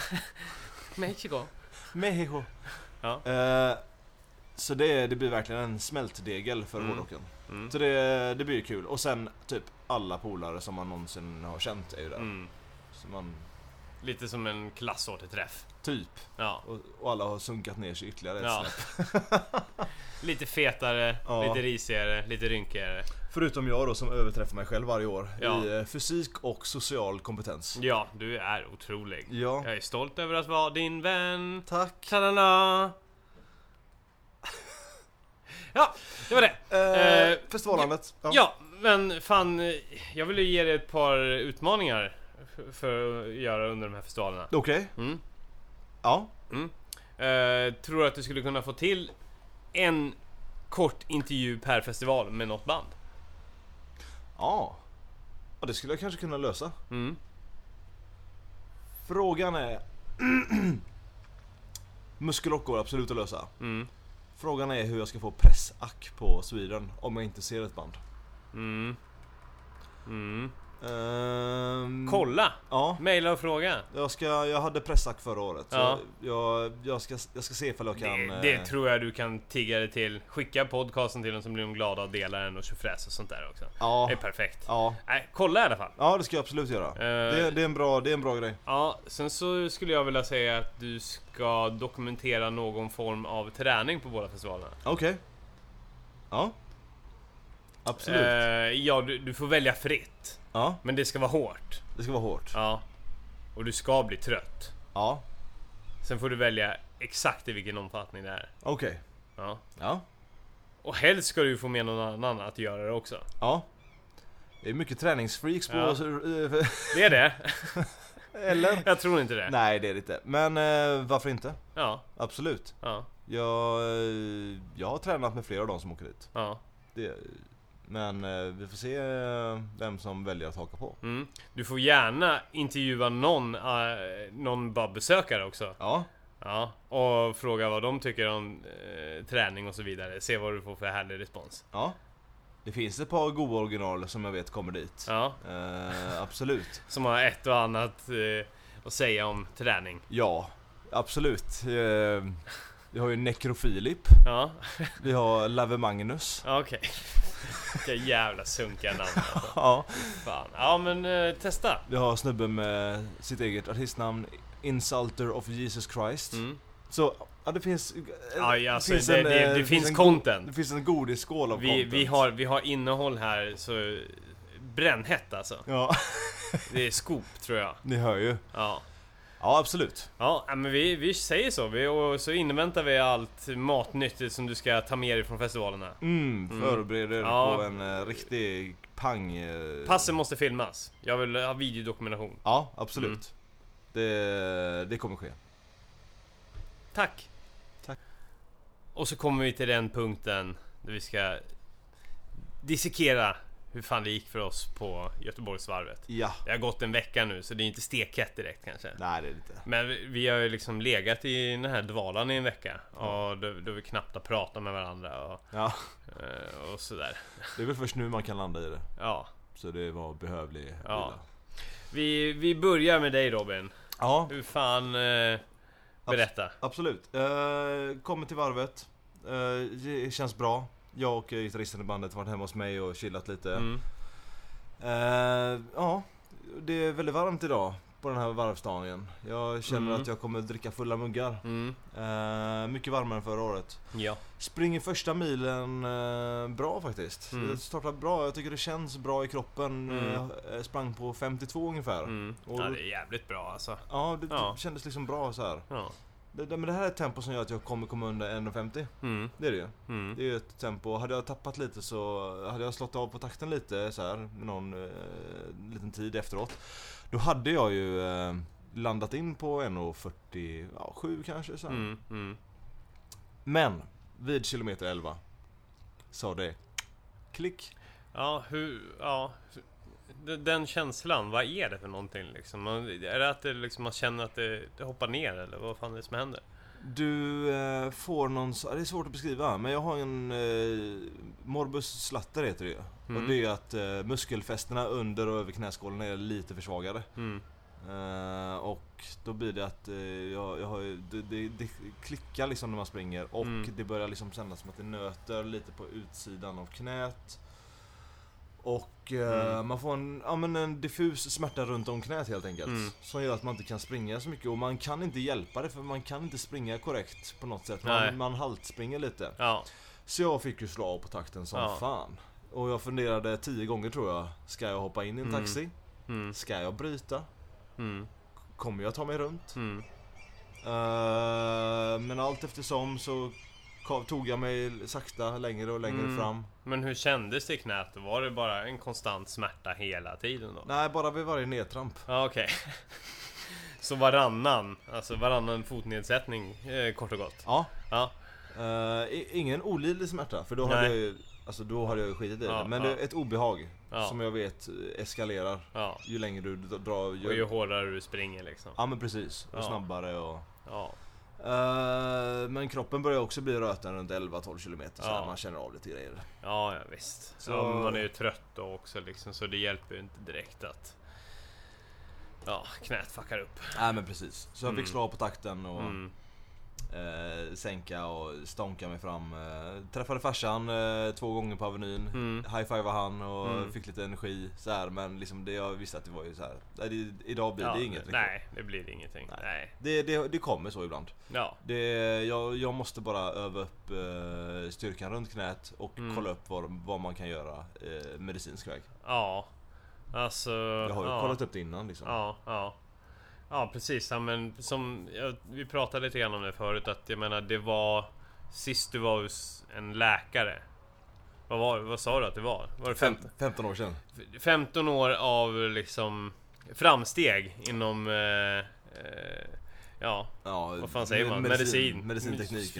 Mexico. Ja. Så det blir verkligen en smältdegel för hårdrocken. Så det blir kul. Och sen typ alla polare som man någonsin har känt är ju där. Så man Lite som en klassåterträff. Typ. Ja. Och alla har sunkat ner sig ytterligare ett Ja. snäpp. Lite fetare, Ja. lite risigare, lite rynkigare. Förutom jag då som överträffar mig själv varje år Ja. i fysik och social kompetens. Ja, du är otrolig. Ja. Jag är stolt över att vara din vän. Tack. Ta-da-da! Ja, det var det. Festivalandet. Ja, men fan, jag vill ju ge dig ett par utmaningar för att göra under de här festivalerna. Okej. Mm. Ja. Tror du att du skulle kunna få till en kort intervju per festival med något band? Ja. Ja, det skulle jag kanske kunna lösa. Mm. Frågan är... Muskelrock går absolut att lösa. Mm. Frågan är hur jag ska få pressack på Sweden om jag inte ser ett band. Mm. Mm. Kolla! Kolla! Ja, Maila och fråga. jag hade pressack förra året. Ja. Så jag ska se ifall jag kan... Det tror jag du kan tigga dig till. Skicka podcasten till dem som blir de glada och dela den och tjofräs och sånt där också. Ja. Det är perfekt. Ja. Nej, kolla i alla fall. Ja, det ska jag absolut göra. Det är en bra grej. Ja, sen så skulle jag vilja säga att du ska dokumentera någon form av träning på båda festivalerna. Okej. Ja. Absolut. Ja, du får välja fritt. Ja, Men det ska vara hårt. det ska vara hårt. Ja. Och du ska bli trött. Ja, Sen får du välja exakt i vilken omfattning det är. okej. Ja. Ja. Och helst ska du få med någon annan att göra det också. Ja. Det är mycket träningsfreaks på... Ja. Det är det. Eller? Jag tror inte det. Nej, det är det inte. Men varför inte? Ja, Absolut. ja, Jag har tränat med flera av dem som åker dit. ja. Men vi får se vem som väljer att haka på. Mm. Du får gärna intervjua någon bara besökare också. Ja, Ja, och fråga vad de tycker om träning och så vidare. Se vad du får för härlig respons. ja. Det finns ett par goda original som jag vet kommer dit. Ja, Absolut. som har ett och annat att säga om träning. Ja, absolut. Vi har ju Necrofilip. Ja, Vi har Lave Magnus. okej. Vilka jävla sunkiga namn alltså. Ja. Fan. Ja, men testa. Vi har snubben med sitt eget artistnamn, Insulter of Jesus Christ. Mm. Så ja, det finns... Ja, alltså, finns det finns en content. Det finns en godisskål av content. Vi har innehåll här så brännhett alltså. Ja, Det är scoop tror jag. ni hör ju. Ja. Ja, absolut. Ja, men vi säger så. Och så inväntar vi allt matnyttigt som du ska ta med dig från festivalerna. Förbereder Ja. på en riktig pang. Passen måste filmas. Jag vill ha videodokumentation. Ja, absolut. Det kommer ske. Tack. Tack. Och så kommer vi till den punkten där vi ska dissekera hur fan det gick för oss på Göteborgsvarvet. Ja. Det har gått en vecka nu så det är inte stekhett direkt kanske. Nej, det är det inte. Men vi har ju liksom legat i den här dvalan i en vecka. Och då vi knappt har pratat med varandra Ja, och sådär. det är väl först nu man kan landa i det. Ja. Så det var behövlig Ja. vila. Vi börjar med dig Robin. Ja, Hur fan berätta. absolut. Kommer till varvet. Det känns bra. Jag och gitarristen i bandet har varit hemma hos mig och chillat lite. Mm. Ja, det är väldigt varmt idag på den här varvsdagen. Jag känner att jag kommer dricka fulla muggar. Mycket varmare än förra året. Ja. Springer första milen bra faktiskt. Det startar bra, jag tycker det känns bra i kroppen. Jag sprang på 52 ungefär. Och Ja, det är jävligt bra alltså. ja, det kändes liksom bra så här. Ja. Men det här är ett tempo som gör att jag kommer komma under 1,50. Det är det ju. Det är ju ett tempo. Hade jag tappat lite så hade jag slått av på takten lite så här med någon liten tid efteråt. Då hade jag ju landat in på 1,47 kanske så här. Men vid kilometer 11 sa det klick. Ja, den känslan, vad är det för någonting liksom? Är det att det liksom, man känner att det hoppar ner eller vad fan är det som händer? Du får någon, det är svårt att beskriva, men jag har en morbus slatter heter det ju. Och det är att muskelfästena under och över knäskålen är lite försvagade. Och då blir det att det klickar liksom när man springer. Och det börjar liksom kännas som att det nöter lite på utsidan av knät. Och man får en diffus smärta runt om knät helt enkelt. Som gör att man inte kan springa så mycket. Och man kan inte hjälpa det, för man kan inte springa korrekt på något sätt. Man haltspringer lite. Ja. Så jag fick ju slå av på takten som fan. Och jag funderade 10 gånger tror jag. Ska jag hoppa in i en taxi? Ska jag bryta? Kommer jag ta mig runt? Men allt eftersom så tog jag mig sakta längre och längre fram. Men hur kändes det i knät? Var det bara en konstant smärta hela tiden då? Nej, bara vid varje nedtramp. Ja, okej. Så varannan fotnedsättning, kort och gott. Ja. Ingen olidlig smärta, för då hade jag ju skitit i det. Men det är ett obehag som jag vet eskalerar ju längre du drar. Och ju hårdare du springer liksom. Ja, men precis. Och snabbare och... Men kroppen börjar också bli röten runt 11-12 kilometer, så man känner av lite grejer. Ja, visst. Så man är ju trött då också liksom, så det hjälper ju inte direkt att knät fuckar upp. Nej, men precis. Så jag fick slå på takten och sänka och stånka mig fram. Träffade farsan 2 gånger på Avenyn. High-five han och fick lite energi så här, men liksom det jag visste att det var ju så här. Idag blir det inget. Liksom. Nej, det blir ingenting. Nej. Det kommer så ibland. Ja. Jag måste bara öva upp styrkan runt knät och kolla upp vad man kan göra medicinsk väg. Ja. Alltså, jag har ju kollat upp det innan liksom. Ja, precis. Ja, men vi pratade lite grann om det förut, att jag menar, det var sist du var hos en läkare. Vad sa du att det var? Var det 15 år sedan. 15 år av liksom framsteg inom vad fan säger man? Medicinteknik.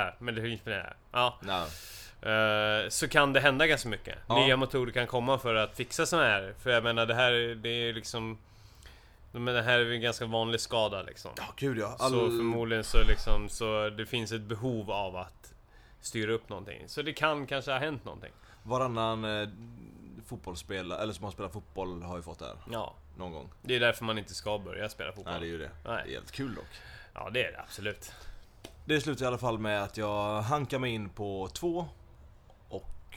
Så kan det hända ganska mycket. Nya metoder kan komma för att fixa såna här. För jag menar, det är liksom, men det här är en ganska vanlig skada liksom. Ja, gud ja. Så förmodligen så det finns ett behov av att styra upp någonting. Så det kan kanske ha hänt någonting. Varannan fotbollsspelare, eller som har spelat fotboll, har ju fått det här. Ja. Någon gång. Det är därför man inte ska börja spela fotboll. Nej, det är ju det. Nej. Det är helt kul dock. Ja, det är det absolut. Det slutar i alla fall med att jag hankar mig in på 2 och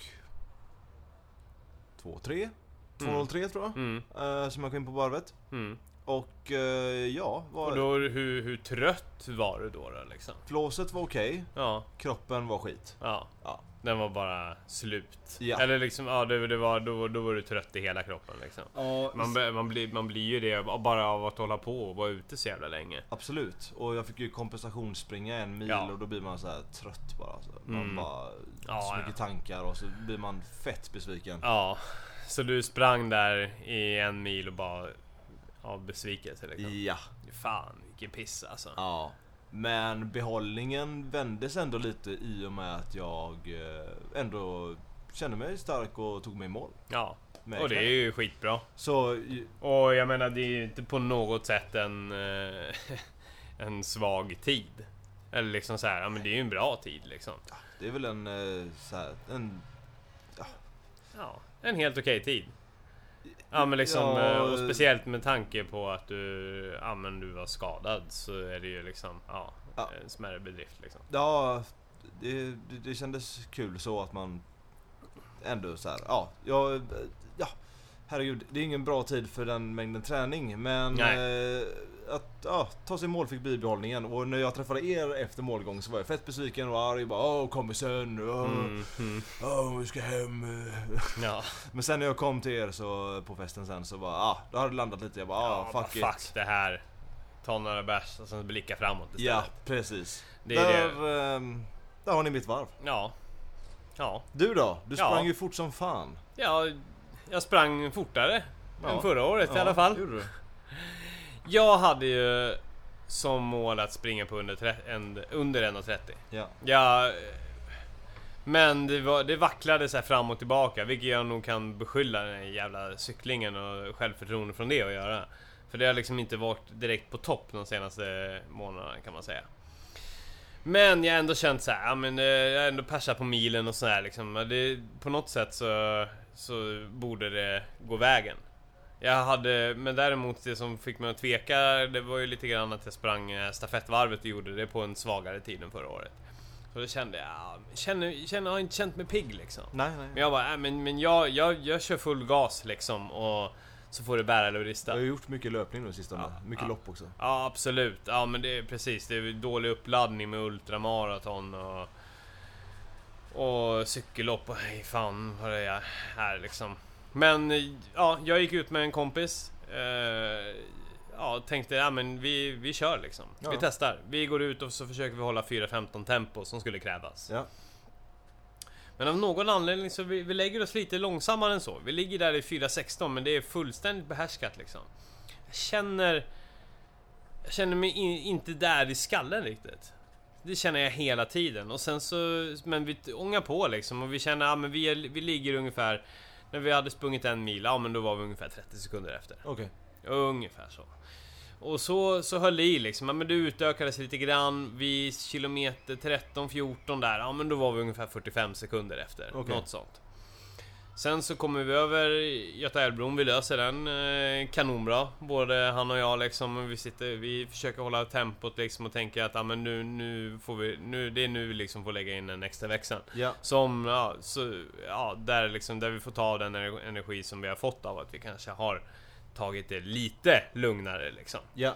2-3 203 tror jag. Som jag kom in på varvet. Och och då, hur trött var du då liksom? Flåset var okej. Ja. Kroppen var skit. Ja. Den var bara slut. Ja. Eller liksom, då var du trött i hela kroppen liksom. Man blir ju det bara av att hålla på och vara ute så jävla länge. Absolut. Och jag fick ju kompensationsspringa 1 mil och då blir man så här trött bara alltså. Man bara så mycket tankar och så blir man fett besviken. Ja. Så du sprang där i 1 mil och bara av besvikelse liksom. Ja. Fan, vilken piss alltså. Ja. Men behållningen vändes ändå lite i och med att jag ändå kände mig stark och tog mig i mål. Ja, och det är ju skitbra. Och jag menar, det är ju inte på något sätt en svag tid. Eller liksom så här, ja, men det är ju en bra tid liksom. Det är väl en helt okej tid. Ja, men liksom, och speciellt med tanke på att du var skadad, så är det ju liksom en smärre bedrift liksom. Ja, det kändes kul så att man ändå så här, herregud, det är ingen bra tid för den mängden träning, men att ta sig mål fick bibehållningen. Och när jag träffade er efter målgång så var jag fett besviken och arg, bara kompisen, vi ska hem. Ja. Men sen när jag kom till er så på festen sen så bara då hade det landat lite. Jag bara fuck det här. Ta några bärs och sen blicka framåt istället. Ja, precis. Där har ni mitt varv. Ja. Du då? Du sprang ju fort som fan. Ja, jag sprang fortare än förra året i alla fall. Gjorde du? Jag hade ju som mål att springa på under 1:30. Ja. Men det vacklade så här fram och tillbaka, vilket jag nog kan beskylla den här jävla cyklingen och självförtroende från det att göra. För det har liksom inte varit direkt på topp de senaste månaderna, kan man säga. Men jag har ändå känt så här, jag har ändå persat på milen och så här liksom. På något sätt så borde det gå vägen. Men däremot det som fick mig att tveka, det var ju lite grann att jag sprang stafettvarvet och gjorde det på en svagare tid än förra året. Och då kände jag har inte känt mig pigg liksom. Nej. Men jag bara, men jag kör full gas liksom, och så får det bära eller brista. Du har gjort mycket löpning nu sista mycket lopp också. Ja, absolut. Ja, men det är precis, det är dålig uppladdning med ultramaraton och cykellopp och hej fan vad det är liksom. Men ja, jag gick ut med en kompis. Tänkte, men vi kör liksom. Ja. Vi testar. Vi går ut och så försöker vi hålla 4:15 tempo som skulle krävas. Ja. Men av någon anledning så vi lägger oss lite långsammare än så. Vi ligger där i 4:16, men det är fullständigt behärskat liksom. Jag känner mig inte där i skallen riktigt. Det känner jag hela tiden. Och sen så, men vi ångar på liksom. Och vi känner, men vi ligger ungefär, när vi hade sprungit 1 mil, men då var vi ungefär 30 sekunder efter. Okej. Ungefär så. Och så höll det i liksom. Men det utökades lite grann. Vid kilometer 13-14 där, men då var vi ungefär 45 sekunder efter. Något sånt. Sen så kommer vi över Götaälvbron. Vi löser den kanonbra. Både han och jag liksom. Vi försöker hålla tempot liksom. Och tänker att men nu får vi, det är nu liksom får lägga in en extra växel. Ja. Som där liksom, där vi får ta den energi som vi har fått av att vi kanske har tagit det lite lugnare liksom. Ja.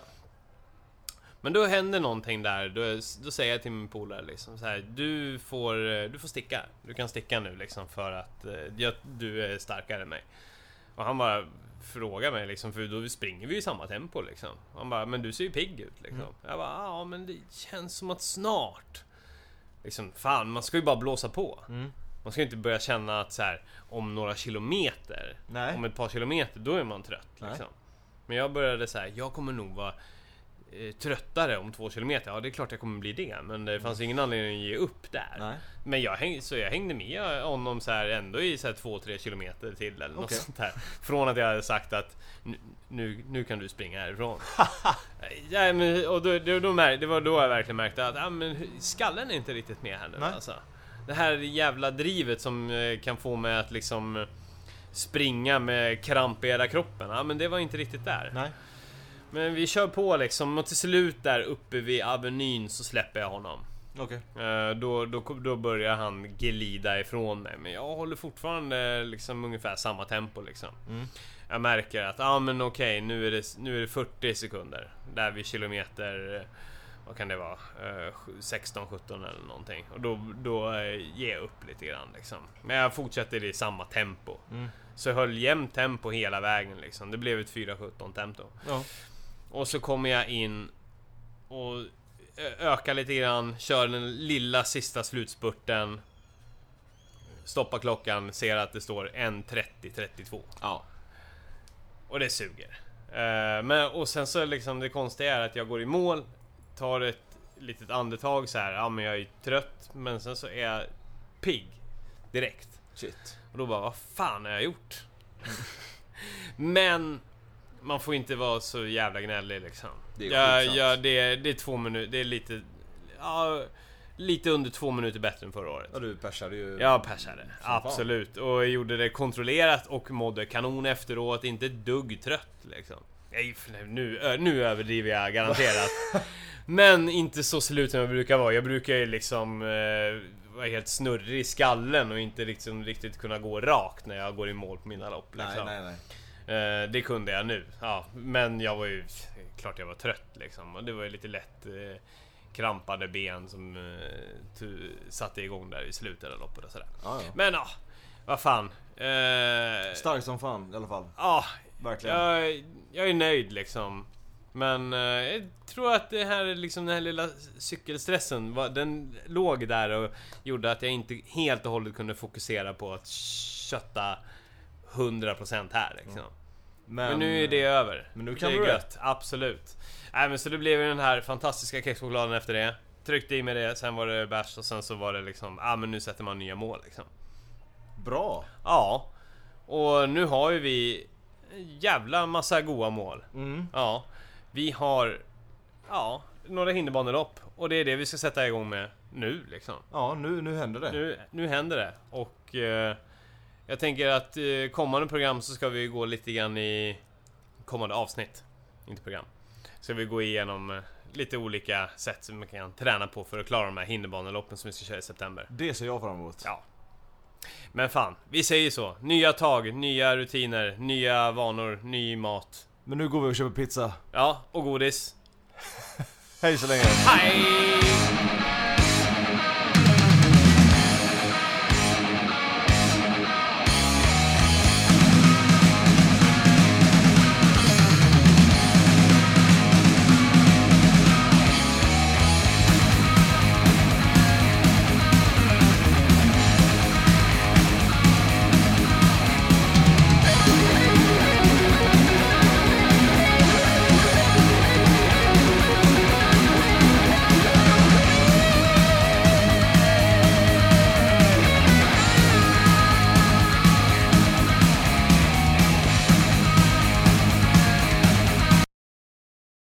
Men då händer någonting där. Då säger jag till min polare liksom så här, du får sticka. Du kan sticka nu liksom, för att du är starkare än mig. Och han bara frågar mig liksom, för då springer vi i samma tempo liksom. Han bara, men du ser ju pigg ut liksom. Jag bara, ja men det känns som att snart liksom, fan, man ska ju bara blåsa på. Man ska ju inte börja känna att så här, om några kilometer, om ett par kilometer, då är man trött liksom. Men jag började så här, jag kommer nog vara tröttare om 2 kilometer. Ja, det är klart jag kommer bli det. Men det fanns ingen anledning att ge upp där. Nej. Men jag hängde med honom så här, ändå i så här 2-3 kilometer till eller något sånt här. Från att jag hade sagt att nu kan du springa härifrån. Ja, men, och det var då jag verkligen märkte att men skallen är inte riktigt med här nu. Alltså. Det här jävla drivet som kan få mig att liksom springa med kramp i hela kroppen. Men det var inte riktigt där. Nej. Men vi kör på liksom, och till slut där uppe vid Avenyn så släpper jag honom. Okej. Då börjar han glida ifrån mig. Men jag håller fortfarande liksom ungefär samma tempo liksom. Jag märker att men okej, nu är det 40 sekunder där vid kilometer, vad kan det vara, 16-17 eller någonting. Och då ger jag upp lite grann liksom. Men jag fortsätter i samma tempo. Så jag höll jämnt tempo hela vägen liksom. Det blev ett 4:17 tempo. Ja. Och så kommer jag in och ökar lite grann, kör den lilla sista slutspurten, stoppar klockan, ser att det står 1:30:32. Ja. Och det suger. Och sen så liksom, det konstiga är att jag går i mål, tar ett litet andetag så här, men jag är trött, men sen så är jag pigg direkt. Shit. Och då bara, vad fan har jag gjort? Men man får inte vara så jävla gnällig liksom. Det är 2 minuter. Det är lite under 2 minuter bättre än förra året. Ja, du persade ju. Jag persade, absolut. Fan. Och gjorde det kontrollerat och mådde kanon efteråt. Inte ett dugg trött liksom. Nu överdriver jag garanterat. Men inte så slut som jag brukar vara. Jag brukar ju liksom vara helt snurrig i skallen och inte liksom riktigt kunna gå rakt när jag går i mål på mina lopp liksom. Nej. Det kunde jag nu. Ja, men jag var ju klart jag var trött liksom. Och det var ju lite lätt krampade ben som satte igång där i slutet av loppet och sådär. Ja. Men vad fan. Stark som fan i alla fall. Ja, verkligen. Jag är nöjd liksom. Men jag tror att det här liksom, den här lilla cykelstressen den låg där och gjorde att jag inte helt och hållet kunde fokusera på att kötta 100% här liksom. Men nu är det över. Men nu kan det är gött, absolut. Men så det blev ju den här fantastiska kexchokladen efter det. Tryckte i med det, sen var det bärs och sen så var det liksom, men nu sätter man nya mål liksom. Bra. Ja. Och nu har ju vi jävla massa goda mål. Ja. Vi har några hinderbanelopp och det är det vi ska sätta igång med nu liksom. Ja, nu händer det. Nu händer det. Och jag tänker att kommande program så ska vi gå lite grann i kommande avsnitt, inte program. Ska vi gå igenom lite olika sätt som man kan träna på för att klara de här hinderbaneloppen som vi ska köra i september. Det ser jag fram emot. Ja. Men fan, vi säger så. Nya tag, nya rutiner, nya vanor, ny mat. Men nu går vi och köper pizza. Ja, och godis. Hej så länge. Hej!